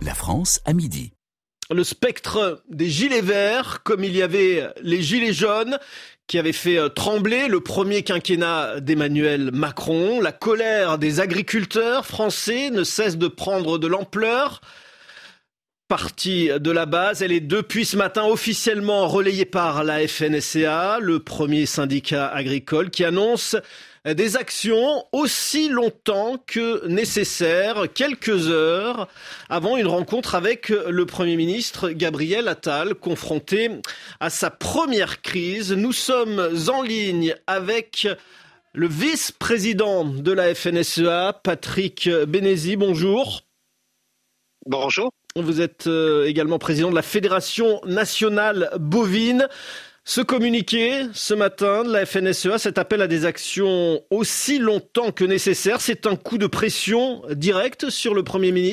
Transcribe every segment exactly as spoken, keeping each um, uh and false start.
La France à midi. Le spectre des gilets verts, comme il y avait les gilets jaunes, qui avaient fait trembler le premier quinquennat d'Emmanuel Macron. La colère des agriculteurs français ne cesse de prendre de l'ampleur. Partie de la base, elle est depuis ce matin officiellement relayée par la F N S E A, le premier syndicat agricole, qui annonce des actions aussi longtemps que nécessaire, quelques heures avant une rencontre avec le Premier ministre Gabriel Attal, confronté à sa première crise. Nous sommes en ligne avec le vice-président de la F N S E A, Patrick Bénézy. Bonjour. Bonjour. Vous êtes également président de la Fédération nationale bovine. Ce communiqué, ce matin, de la F N S E A, cet appel à des actions aussi longtemps que nécessaire, c'est un coup de pression direct sur le Premier ministre ?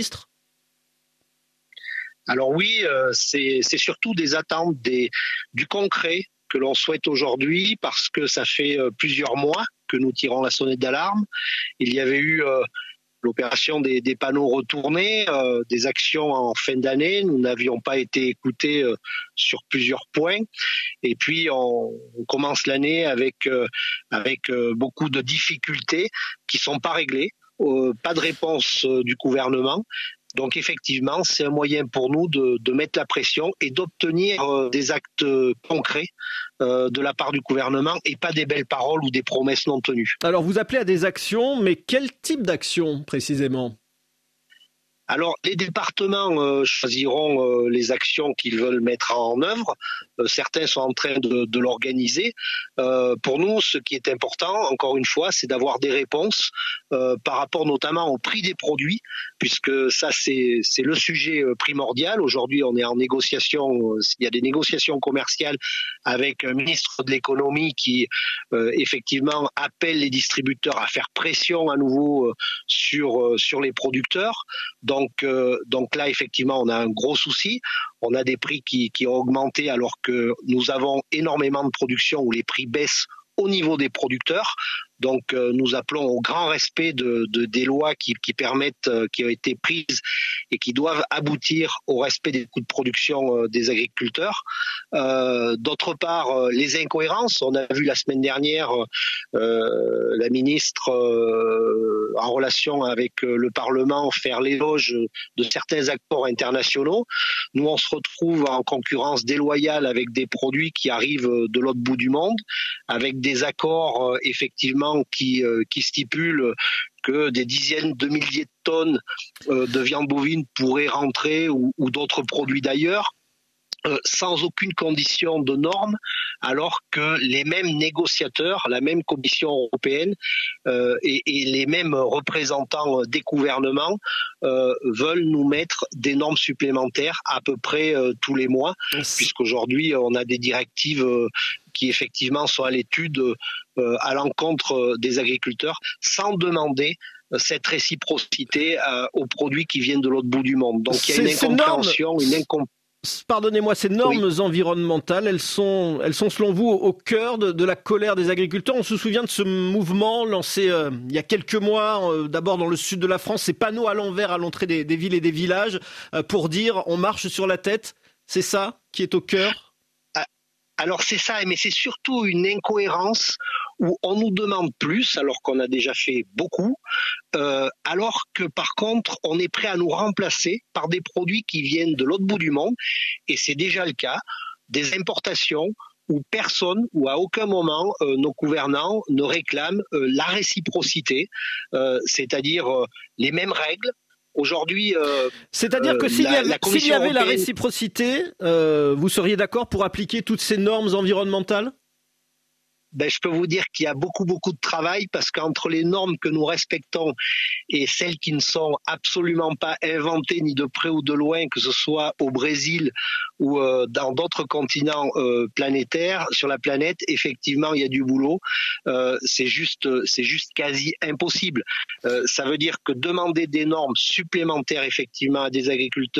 Alors oui, euh, c'est, c'est surtout des attentes, des, du concret que l'on souhaite aujourd'hui, parce que ça fait euh, plusieurs mois que nous tirons la sonnette d'alarme. Il y avait eu euh, l'opération des, des panneaux retournés, euh, des actions en fin d'année. Nous n'avions pas été écoutés euh, sur plusieurs points. Et puis, on, on commence l'année avec, euh, avec euh, beaucoup de difficultés qui sont pas réglées, euh, pas de réponse euh, du gouvernement. Donc, effectivement, c'est un moyen pour nous de, de mettre la pression et d'obtenir euh, des actes concrets euh, de la part du gouvernement et pas des belles paroles ou des promesses non tenues. Alors, vous appelez à des actions, mais quel type d'actions précisément ? Alors, les départements euh, choisiront euh, les actions qu'ils veulent mettre en œuvre. Euh, certains sont en train de, de l'organiser. Euh, pour nous, ce qui est important, encore une fois, c'est d'avoir des réponses euh, par rapport notamment au prix des produits, puisque ça, c'est, c'est le sujet primordial. Aujourd'hui, on est en négociation, euh, il y a des négociations commerciales avec un ministre de l'économie qui, euh, effectivement, appelle les distributeurs à faire pression à nouveau euh, sur, euh, sur les producteurs. Donc, euh, donc là, effectivement, on a un gros souci. On a des prix qui, qui ont augmenté alors que nous avons énormément de production où les prix baissent au niveau des producteurs. Donc, euh, nous appelons au grand respect de, de, des lois qui, qui permettent, euh, qui ont été prises et qui doivent aboutir au respect des coûts de production euh, des agriculteurs. Euh, d'autre part, euh, les incohérences. On a vu la semaine dernière euh, la ministre, euh, en relation avec euh, le Parlement, faire l'éloge de certains accords internationaux. Nous, on se retrouve en concurrence déloyale avec des produits qui arrivent de l'autre bout du monde, avec des accords, euh, effectivement, qui, euh, qui stipule que des dizaines de milliers de tonnes euh, de viande bovine pourraient rentrer ou, ou d'autres produits d'ailleurs. Euh, sans aucune condition de norme, alors que les mêmes négociateurs, la même Commission européenne euh, et, et les mêmes représentants des gouvernements euh, veulent nous mettre des normes supplémentaires à peu près euh, tous les mois, yes. Puisqu'aujourd'hui on a des directives euh, qui effectivement sont à l'étude euh, à l'encontre des agriculteurs, sans demander cette réciprocité euh, aux produits qui viennent de l'autre bout du monde. Donc il y a une incompréhension, une incompréhension. Pardonnez-moi, ces normes oui. environnementales, elles sont, elles sont selon vous au cœur de, de la colère des agriculteurs. On se souvient de ce mouvement lancé euh, il y a quelques mois, euh, d'abord dans le sud de la France, ces panneaux à l'envers à l'entrée des, des villes et des villages euh, pour dire on marche sur la tête. C'est ça qui est au cœur ? Alors c'est ça, mais c'est surtout une incohérence où on nous demande plus alors qu'on a déjà fait beaucoup, euh, alors que par contre on est prêt à nous remplacer par des produits qui viennent de l'autre bout du monde, et c'est déjà le cas, des importations où personne ou à aucun moment euh, nos gouvernants ne réclament euh, la réciprocité, euh, c'est-à-dire euh, les mêmes règles. Aujourd'hui, euh, c'est-à-dire que s'il y avait, s'il y avait européenne... la réciprocité, euh, vous seriez d'accord pour appliquer toutes ces normes environnementales ? Ben, je peux vous dire qu'il y a beaucoup, beaucoup de travail, parce qu'entre les normes que nous respectons et celles qui ne sont absolument pas inventées ni de près ou de loin, que ce soit au Brésil ou euh, dans d'autres continents euh, planétaires, sur la planète, effectivement, il y a du boulot. Euh, c'est juste, c'est juste quasi impossible. Euh, ça veut dire que demander des normes supplémentaires, effectivement, à des agriculteurs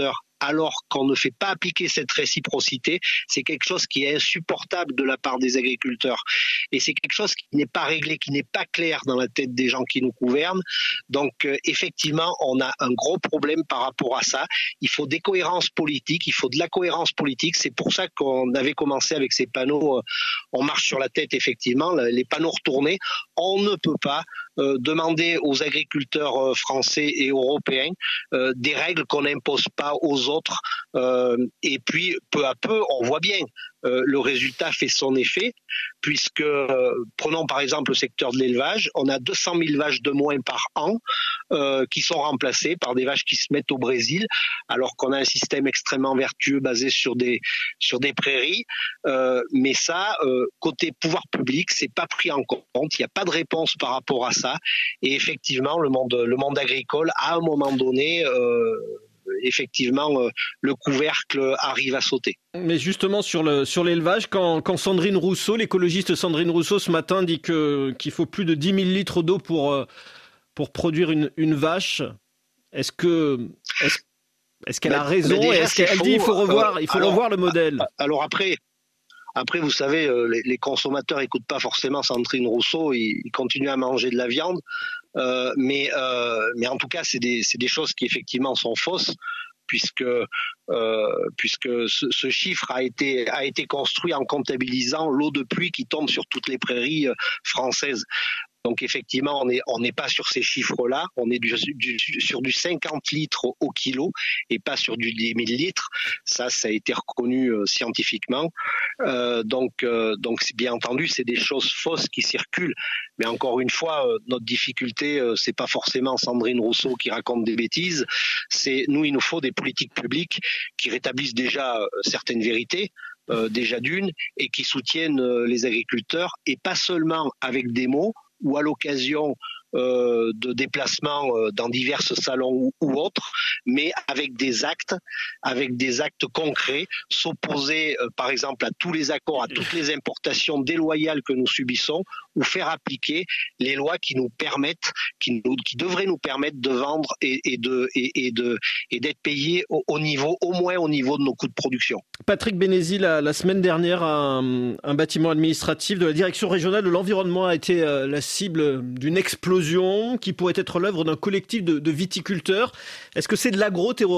alors qu'on ne fait pas appliquer cette réciprocité, c'est quelque chose qui est insupportable de la part des agriculteurs. Et c'est quelque chose qui n'est pas réglé, qui n'est pas clair dans la tête des gens qui nous gouvernent. Donc euh, effectivement, on a un gros problème par rapport à ça. Il faut des cohérences politiques, il faut de la cohérence politique. C'est pour ça qu'on avait commencé avec ces panneaux, euh, on marche sur la tête effectivement, les panneaux retournés. On ne peut pas euh, demander aux agriculteurs euh, français et européens euh, des règles qu'on n'impose pas aux autres. Euh, et puis peu à peu, on voit bien. Euh, le résultat fait son effet, puisque, euh, prenons par exemple le secteur de l'élevage, on a deux cent mille vaches de moins par an euh, qui sont remplacées par des vaches qui se mettent au Brésil, alors qu'on a un système extrêmement vertueux basé sur des, sur des prairies. Euh, mais ça, euh, côté pouvoir public, c'est pas pris en compte, il n'y a pas de réponse par rapport à ça. Et effectivement, le monde, le monde agricole, à un moment donné... Euh, effectivement, euh, le couvercle arrive à sauter. Mais justement, sur le sur l'élevage, quand, quand Sandrine Rousseau, l'écologiste Sandrine Rousseau, ce matin, dit que, qu'il faut plus de dix mille litres d'eau pour, pour produire une, une vache, est-ce que... Est-ce, est-ce qu'elle mais, a raison déjà, et est-ce qu'elle faux. dit qu'il faut revoir, euh, il faut alors, revoir le modèle? Alors après... Après, vous savez, les, les consommateurs n'écoutent pas forcément Sandrine Rousseau, ils, ils continuent à manger de la viande, euh, mais, euh, mais en tout cas, c'est des, c'est des choses qui effectivement sont fausses, puisque, euh, puisque ce, ce chiffre a été, a été construit en comptabilisant l'eau de pluie qui tombe sur toutes les prairies françaises. Donc effectivement, on n'est on n'est pas sur ces chiffres-là, on est du, du, sur du cinquante litres au, au kilo et pas sur du dix mille litres. Ça, ça a été reconnu euh, scientifiquement. Euh, donc, euh, donc bien entendu, c'est des choses fausses qui circulent. Mais encore une fois, euh, notre difficulté, euh, c'est pas forcément Sandrine Rousseau qui raconte des bêtises. C'est nous, il nous faut des politiques publiques qui rétablissent déjà euh, certaines vérités. Euh, déjà d'une, et qui soutiennent euh, les agriculteurs, et pas seulement avec des mots, ou à l'occasion euh, de déplacements euh, dans divers salons ou, ou autres, mais avec des actes, avec des actes concrets, s'opposer euh, par exemple à tous les accords, à toutes les importations déloyales que nous subissons, ou faire appliquer les lois qui nous permettent, qui, nous, qui devraient nous permettre de vendre et, et de et, et de et d'être payés au, au niveau, au moins au niveau de nos coûts de production. Patrick Bénézy, la, la semaine dernière, un, un bâtiment administratif de la direction régionale de l'environnement a été euh, la cible d'une explosion qui pourrait être l'œuvre d'un collectif de, de viticulteurs. Est-ce que c'est de l'agro-terrorisme ?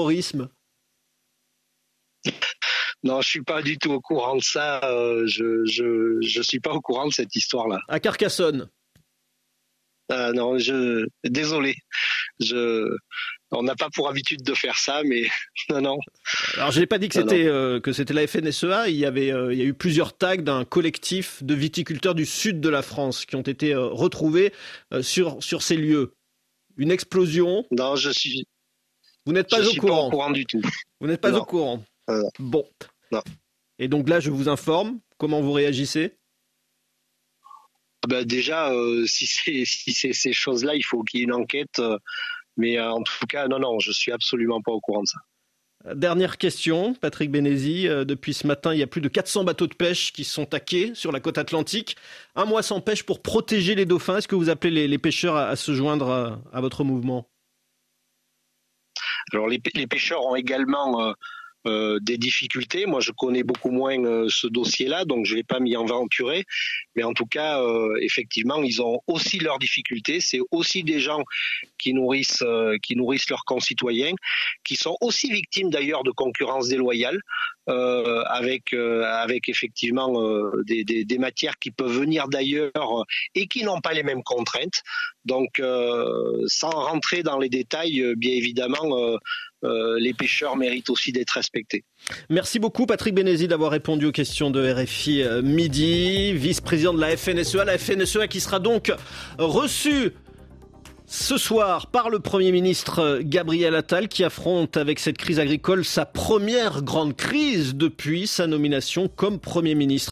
Non, je suis pas du tout au courant de ça. Euh, je, je, je suis pas au courant de cette histoire-là. À Carcassonne. Ah non, je, désolé. Je, on n'a pas pour habitude de faire ça, mais non, non. Alors, je n'ai pas dit que c'était euh, que c'était la F N S E A. Il y avait, euh, il y a eu plusieurs tags d'un collectif de viticulteurs du sud de la France qui ont été euh, retrouvés euh, sur sur ces lieux. Une explosion. Non, je suis. Vous n'êtes pas je au suis courant. Pas au courant du tout. Vous n'êtes pas non. au courant. Euh, bon. Non. Et donc là, je vous informe. Comment vous réagissez ? Ben déjà, euh, si c'est si c'est ces choses-là, il faut qu'il y ait une enquête. Euh, mais euh, en tout cas, non, non, je suis absolument pas au courant de ça. Dernière question, Patrick Bénézy. Euh, depuis ce matin, il y a plus de quatre cents bateaux de pêche qui sont à quai sur la côte atlantique. Un mois sans pêche pour protéger les dauphins. Est-ce que vous appelez les, les pêcheurs à, à se joindre à, à votre mouvement ? Alors les, les pêcheurs ont également euh, euh, des difficultés. Moi, je connais beaucoup moins euh, ce dossier-là, donc je ne vais pas m'y aventurer. Mais en tout cas, euh, effectivement, ils ont aussi leurs difficultés. C'est aussi des gens qui nourrissent, euh, qui nourrissent leurs concitoyens, qui sont aussi victimes d'ailleurs de concurrence déloyale, euh, avec, euh, avec effectivement euh, des, des, des matières qui peuvent venir d'ailleurs et qui n'ont pas les mêmes contraintes. Donc, euh, sans rentrer dans les détails, euh, bien évidemment, euh, euh, les pêcheurs méritent aussi d'être respectés. Merci beaucoup Patrick Bénézy d'avoir répondu aux questions de R F I euh, Midi, vice-président de la F N S E A. La F N S E A qui sera donc reçue ce soir par le Premier ministre Gabriel Attal, qui affronte avec cette crise agricole sa première grande crise depuis sa nomination comme Premier ministre.